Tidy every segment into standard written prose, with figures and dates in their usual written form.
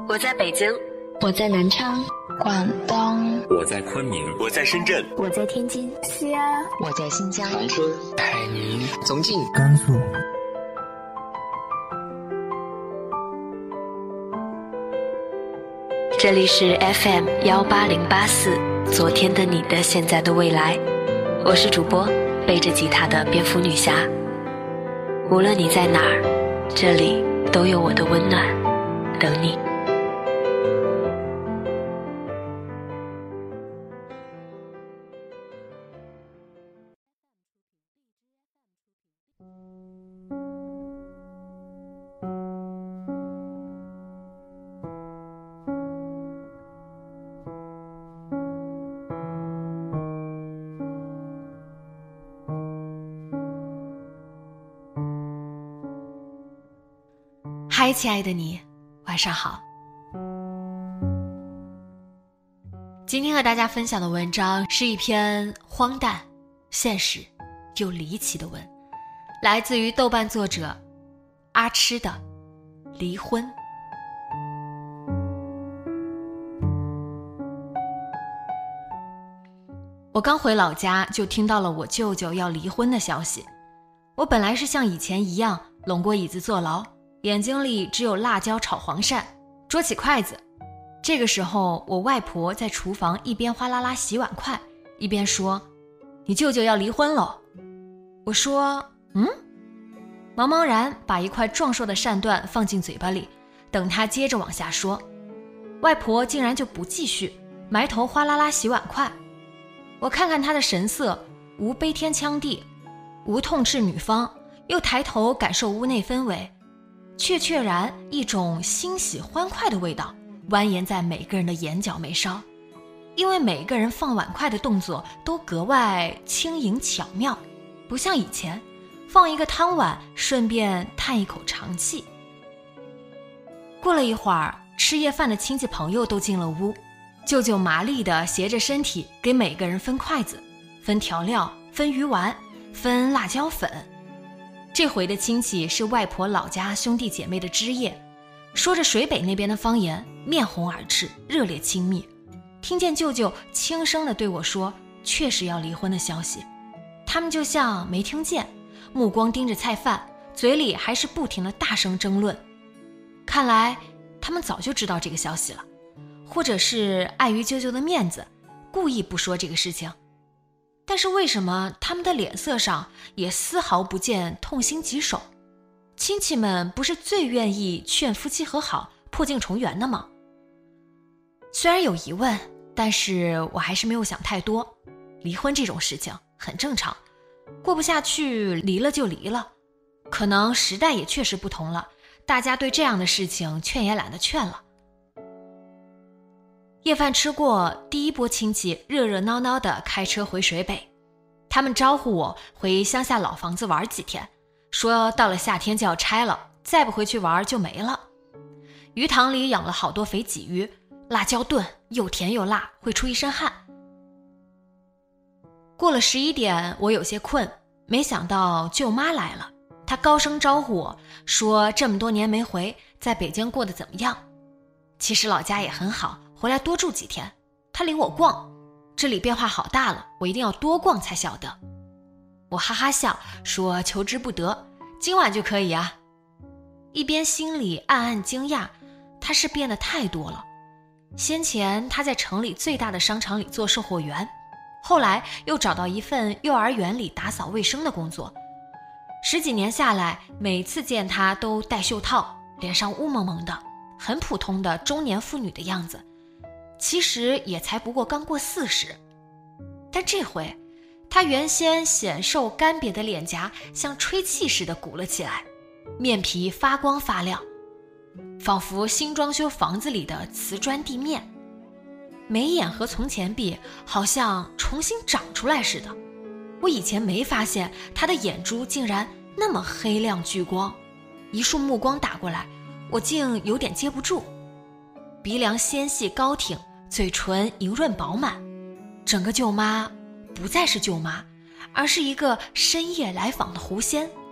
我在北京， 我在南昌， 广东， 我在昆明， 我在深圳， 我在天津， 西安， 我在新疆， 长春， 海宁， 重庆， 甘肃。 这里是 FM18084，昨天的你的现在的未来，我是主播背着吉他的蝙蝠女侠。无论你在哪儿，这里都有我的温暖等你。 嗨，亲爱的你，晚上好。今天和大家分享的文章是一篇荒诞、现实又离奇的文，来自于豆瓣作者阿痴的《离婚》。我刚回老家就听到了我舅舅要离婚的消息。我本来是像以前一样拢过椅子坐牢，眼睛里只有辣椒炒黄鳝，捉起筷子。这个时候我外婆在厨房一边哗啦啦洗碗筷，一边说：你舅舅要离婚了。我说茫茫然把一块壮硕的鳝段放进嘴巴里，等他接着往下说，外婆竟然就不继续，埋头哗啦啦洗碗筷。我看看他的神色，无悲天抢地，无痛斥女方，又抬头感受屋内氛围，确然一种欣喜欢快的味道蜿蜒在每个人的眼角眉梢，因为每个人放碗筷的动作都格外轻盈巧妙，不像以前放一个汤碗顺便叹一口长气。过了一会儿，吃夜饭的亲戚朋友都进了屋，舅舅麻利地斜着身体给每个人分筷子，分调料，分鱼丸，分辣椒粉。这回的亲戚是外婆老家兄弟姐妹的枝叶，说着水北那边的方言，面红耳赤，热烈亲密。听见舅舅轻声地对我说确实要离婚的消息，他们就像没听见，目光盯着菜饭，嘴里还是不停地大声争论。看来他们早就知道这个消息了，或者是碍于舅舅的面子，故意不说这个事情。但是为什么他们的脸色上也丝毫不见痛心疾首？亲戚们不是最愿意劝夫妻和好，破镜重圆的吗？虽然有疑问，但是我还是没有想太多。离婚这种事情很正常，过不下去离了就离了。可能时代也确实不同了，大家对这样的事情劝也懒得劝了。夜饭吃过，第一波亲戚热热闹闹地开车回水北，他们招呼我回乡下老房子玩几天，说到了夏天就要拆了，再不回去玩就没了。鱼塘里养了好多肥鲫鱼，辣椒炖又甜又辣，会出一身汗。过了11点，我有些困，没想到舅妈来了，她高声招呼我，说这么多年没回，在北京过得怎么样？其实老家也很好，回来多住几天。他领我逛，这里变化好大了，我一定要多逛才晓得。我哈哈笑说求之不得，今晚就可以啊。一边心里暗暗惊讶，他是变得太多了。先前他在城里最大的商场里做售货员，后来又找到一份幼儿园里打扫卫生的工作。10几年下来，每次见他都戴袖套，脸上乌蒙蒙的，很普通的中年妇女的样子，其实也才不过刚过40。但这回她原先显瘦干瘪的脸颊像吹气似的鼓了起来，面皮发光发亮，仿佛新装修房子里的瓷砖地面。眉眼和从前比，好像重新长出来似的。我以前没发现她的眼珠竟然那么黑亮聚光，一束目光打过来，我竟有点接不住。鼻梁纤细高挺，嘴唇莹润饱满，整个舅妈不再是舅妈，而是一个深夜来访的狐仙，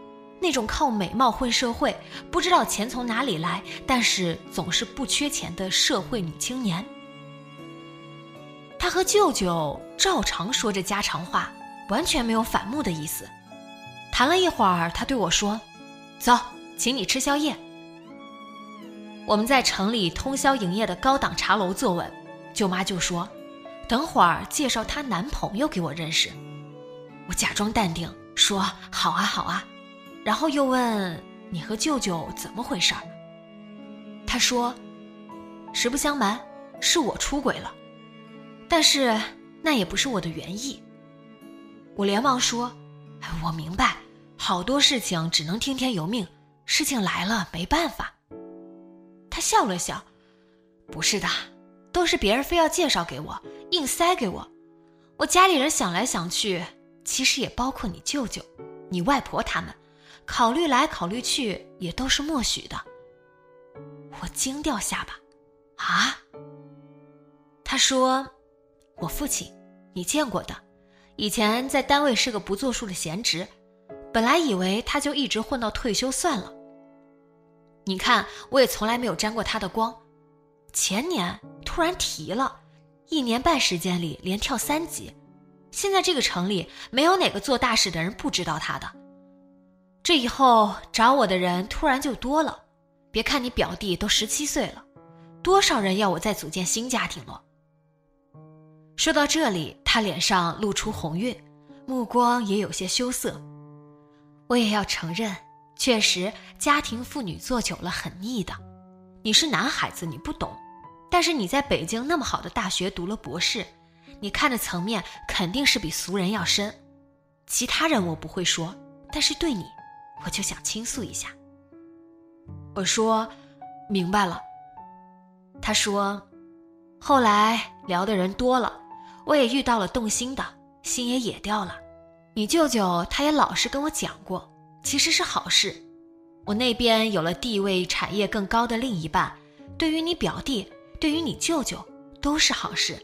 那种靠美貌混社会，不知道钱从哪里来，但是总是不缺钱的社会女青年。她和舅舅照常说着家常话，完全没有反目的意思。谈了一会儿，她对我说：走，请你吃宵夜。我们在城里通宵营业的高档茶楼坐稳，舅妈就说等会儿介绍她男朋友给我认识。我假装淡定说好啊好啊，然后又问你和舅舅怎么回事？她说实不相瞒，是我出轨了，但是那也不是我的原意。我连忙说我明白，好多事情只能听天由命，事情来了没办法。她笑了笑，不是的，都是别人非要介绍给我，硬塞给我。我家里人想来想去，其实也包括你舅舅、你外婆他们，考虑来考虑去也都是默许的。我惊掉下巴，啊？她说我父亲，你见过的，以前在单位是个不作数的闲职，本来以为他就一直混到退休算了。你看我也从来没有沾过他的光，前年突然提了，1年半时间里连跳3级，现在这个城里没有哪个做大事的人不知道他的。这以后找我的人突然就多了，别看你表弟都17岁了，多少人要我再组建新家庭了。说到这里，他脸上露出红晕，目光也有些羞涩。我也要承认，确实家庭妇女做久了很腻的。你是男孩子，你不懂，但是你在北京那么好的大学读了博士，你看的层面肯定是比俗人要深。其他人我不会说，但是对你，我就想倾诉一下。我说明白了。他说后来聊的人多了，我也遇到了动心的，心也野掉了。你舅舅他也老实跟我讲过，其实是好事。我那边有了地位产业更高的另一半，对于你表弟，对于你舅舅都是好事。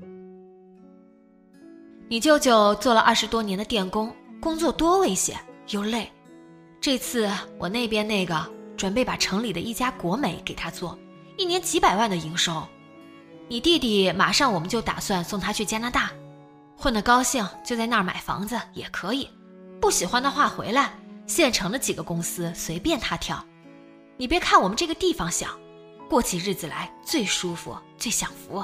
你舅舅做了20多年的电工，工作多危险又累。这次我那边那个准备把城里的一家国美给他做，1年几百万的营收。你弟弟马上我们就打算送他去加拿大，混得高兴就在那儿买房子也可以，不喜欢的话回来，县城的几个公司随便他挑。你别看我们这个地方小，过起日子来最舒服最享福。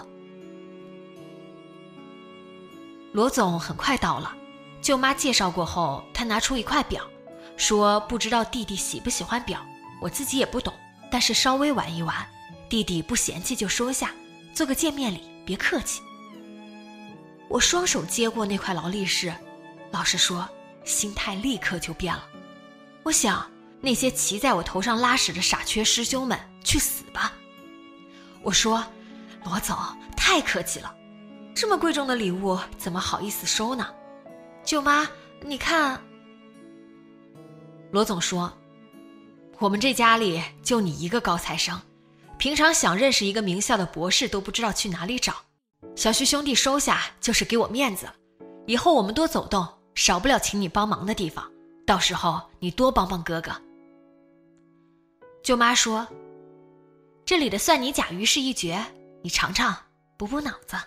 罗总很快到了，舅妈介绍过后，他拿出一块表，说不知道弟弟喜不喜欢表，我自己也不懂，但是稍微玩一玩，弟弟不嫌弃就收下，做个见面礼，别客气。我双手接过那块劳力士，老实说，心态立刻就变了。我想，那些骑在我头上拉屎的傻缺师兄们，去死吧！我说，罗总，太客气了，这么贵重的礼物，怎么好意思收呢？舅妈，你看。罗总说，我们这家里就你一个高材生，平常想认识一个名校的博士都不知道去哪里找。小徐兄弟收下就是给我面子，以后我们多走动，少不了请你帮忙的地方，到时候你多帮帮哥哥。舅妈说，这里的蒜泥甲鱼是一绝，你尝尝，补补脑子。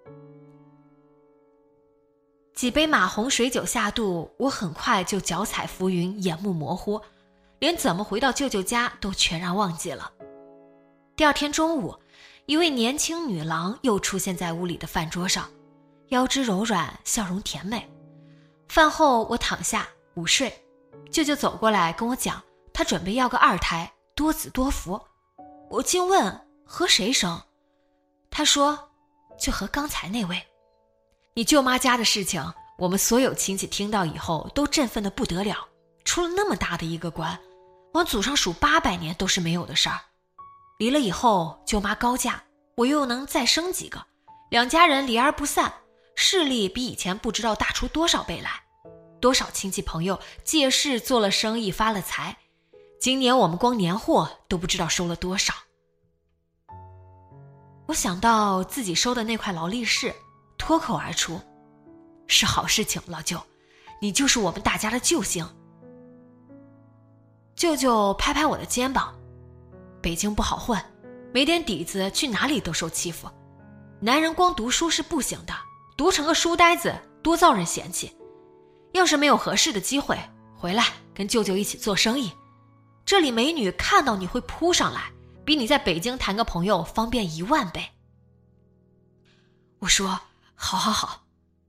几杯马红水酒下肚，我很快就脚踩浮云，眼目模糊，连怎么回到舅舅家都全然忘记了。第二天中午，一位年轻女郎又出现在屋里的饭桌上，腰肢柔软，笑容甜美。饭后我躺下午睡，舅舅走过来跟我讲，他准备要个2胎，多子多福。我竟问和谁生，他说就和刚才那位。你舅妈家的事情，我们所有亲戚听到以后都振奋得不得了，出了那么大的一个官，往祖上数800年都是没有的事儿。离了以后，舅妈高嫁，我又能再生几个，2家人离而不散，势力比以前不知道大出多少倍来。多少亲戚朋友借势做了生意发了财，今年我们光年货都不知道收了多少。我想到自己收的那块劳力士，脱口而出，是好事情，老舅，你就是我们大家的救星。 舅舅拍拍我的肩膀，北京不好混，没点底子去哪里都受欺负，男人光读书是不行的，读成个书呆子多遭人嫌弃。要是没有合适的机会，回来跟舅舅一起做生意，这里美女看到你会扑上来，比你在北京谈个朋友方便10000倍。我说好好好。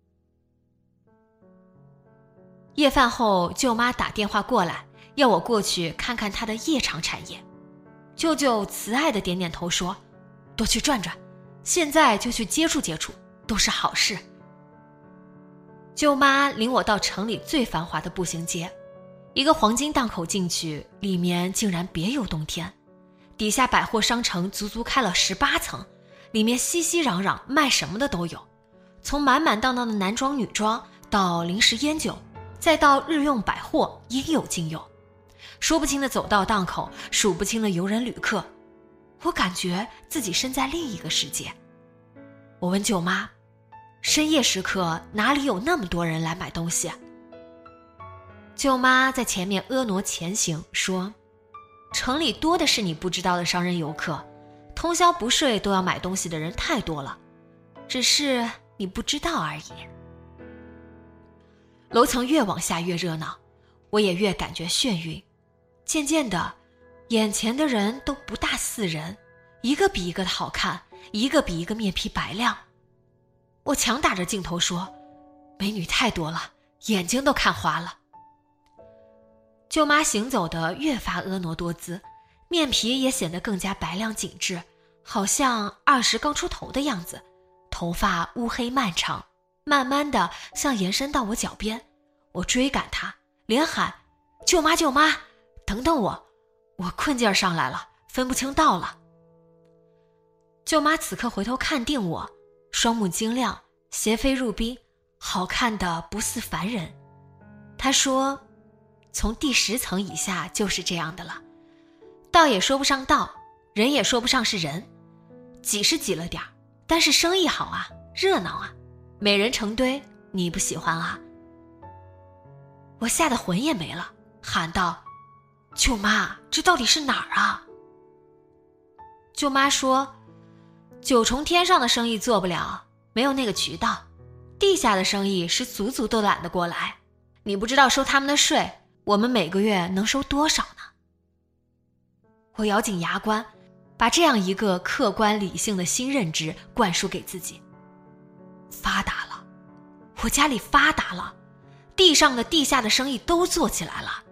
夜饭后，舅妈打电话过来，要我过去看看她的夜场产业。舅舅慈爱地点点头说，多去转转，现在就去接触接触，都是好事。舅妈领我到城里最繁华的步行街，一个黄金档口进去，里面竟然别有洞天，底下百货商城足足开了18层，里面熙熙攘攘，卖什么的都有，从满满当当的男装女装到零食烟酒，再到日用百货，应有尽有。说不清的走道档口，数不清的游人旅客，我感觉自己身在另一个世界。我问舅妈，深夜时刻哪里有那么多人来买东西？舅妈在前面婀娜前行，说，城里多的是你不知道的商人游客，通宵不睡都要买东西的人太多了，只是你不知道而已。楼层越往下越热闹，我也越感觉眩晕。渐渐的，眼前的人都不大似人，一个比一个的好看，一个比一个面皮白亮。我强打着镜头说，美女太多了，眼睛都看花了。舅妈行走的越发婀娜多姿，面皮也显得更加白亮紧致，好像20刚出头的样子，头发乌黑漫长，慢慢的像延伸到我脚边。我追赶她，连喊，舅妈舅妈，等等我困劲儿上来了，分不清道了。舅妈此刻回头看定我，双目晶亮，斜飞入冰，好看的不似凡人。她说，从第10层以下就是这样的了，道也说不上道，人也说不上是人，挤是挤了点，但是生意好啊，热闹啊，美人成堆，你不喜欢啊？我吓得魂也没了，喊道，舅妈，这到底是哪儿啊？舅妈说，9重天上的生意做不了，没有那个渠道，地下的生意是足足都懒得过来，你不知道收他们的税，我们每个月能收多少呢？我咬紧牙关，把这样一个客观理性的新认知灌输给自己。发达了，我家里发达了，地上的地下的生意都做起来了。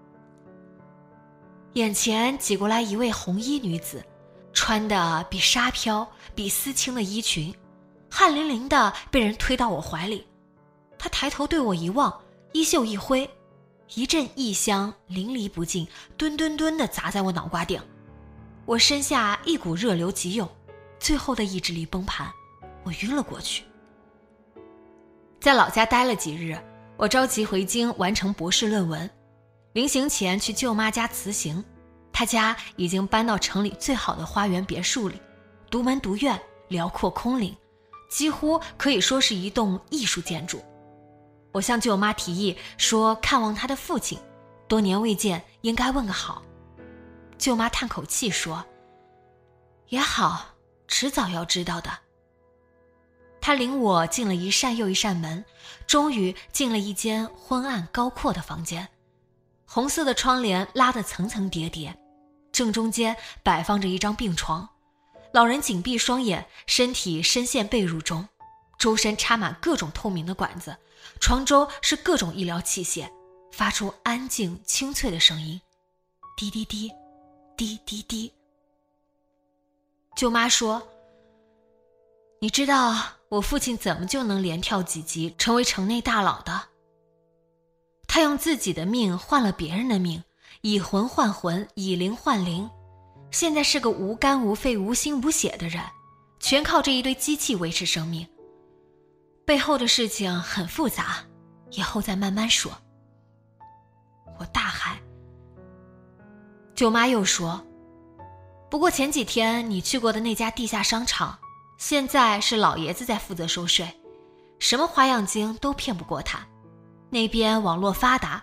眼前挤过来一位红衣女子，穿的比纱飘，比丝轻的衣裙，汗淋淋的被人推到我怀里。她抬头对我一望，衣袖一挥，一阵异香淋漓不尽，吨吨吨地砸在我脑瓜顶。我身下一股热流急涌，最后的意志力崩盘，我晕了过去。在老家待了几日，我着急回京完成博士论文，临行前去舅妈家辞行。她家已经搬到城里最好的花园别墅里，独门独院，辽阔空灵，几乎可以说是一栋艺术建筑。我向舅妈提议说看望她的父亲，多年未见，应该问个好。舅妈叹口气说，也好，迟早要知道的。她领我进了一扇又一扇门，终于进了一间昏暗高阔的房间。红色的窗帘拉得层层叠叠，正中间摆放着一张病床，老人紧闭双眼，身体深陷被褥中，周身插满各种透明的管子，床周是各种医疗器械，发出安静清脆的声音，滴滴滴，滴滴滴。舅妈说，你知道我父亲怎么就能连跳几级成为城内大佬的？他用自己的命换了别人的命，以魂换魂，以灵换灵，现在是个无肝无肺无心无血的人，全靠这一堆机器维持生命。背后的事情很复杂，以后再慢慢说。我大喊。舅妈又说，不过前几天你去过的那家地下商场，现在是老爷子在负责收税，什么花样精都骗不过他。那边网络发达，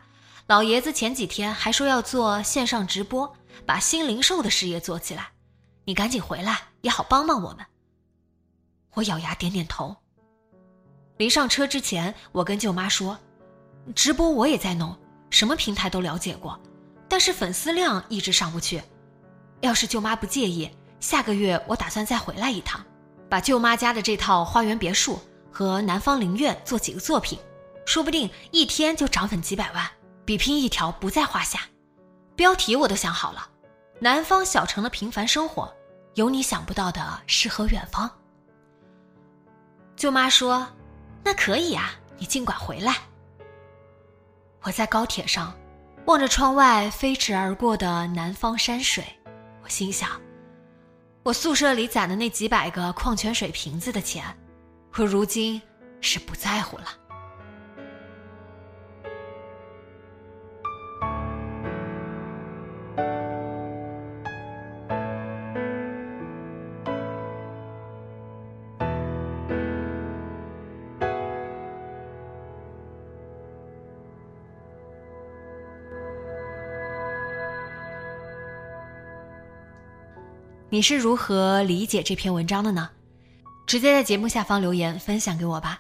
老爷子前几天还说要做线上直播，把新零售的事业做起来，你赶紧回来也好帮帮我们。我咬牙点点头。临上车之前，我跟舅妈说，直播我也在弄，什么平台都了解过，但是粉丝量一直上不去。要是舅妈不介意，下个月我打算再回来一趟，把舅妈家的这套花园别墅和南方陵苑做几个作品，说不定一天就涨粉几百万，比拼一条不在话下。标题我都想好了，南方小城的平凡生活，有你想不到的诗和远方。舅妈说，那可以啊，你尽管回来。我在高铁上望着窗外飞驰而过的南方山水，我心想，我宿舍里攒的那几百个矿泉水瓶子的钱，我如今是不在乎了。你是如何理解这篇文章的呢？直接在节目下方留言分享给我吧。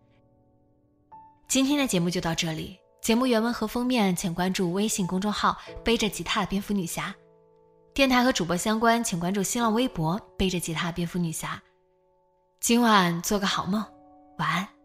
今天的节目就到这里，节目原文和封面请关注微信公众号背着吉他的蝙蝠女侠，电台和主播相关请关注新浪微博背着吉他的蝙蝠女侠。今晚做个好梦，晚安。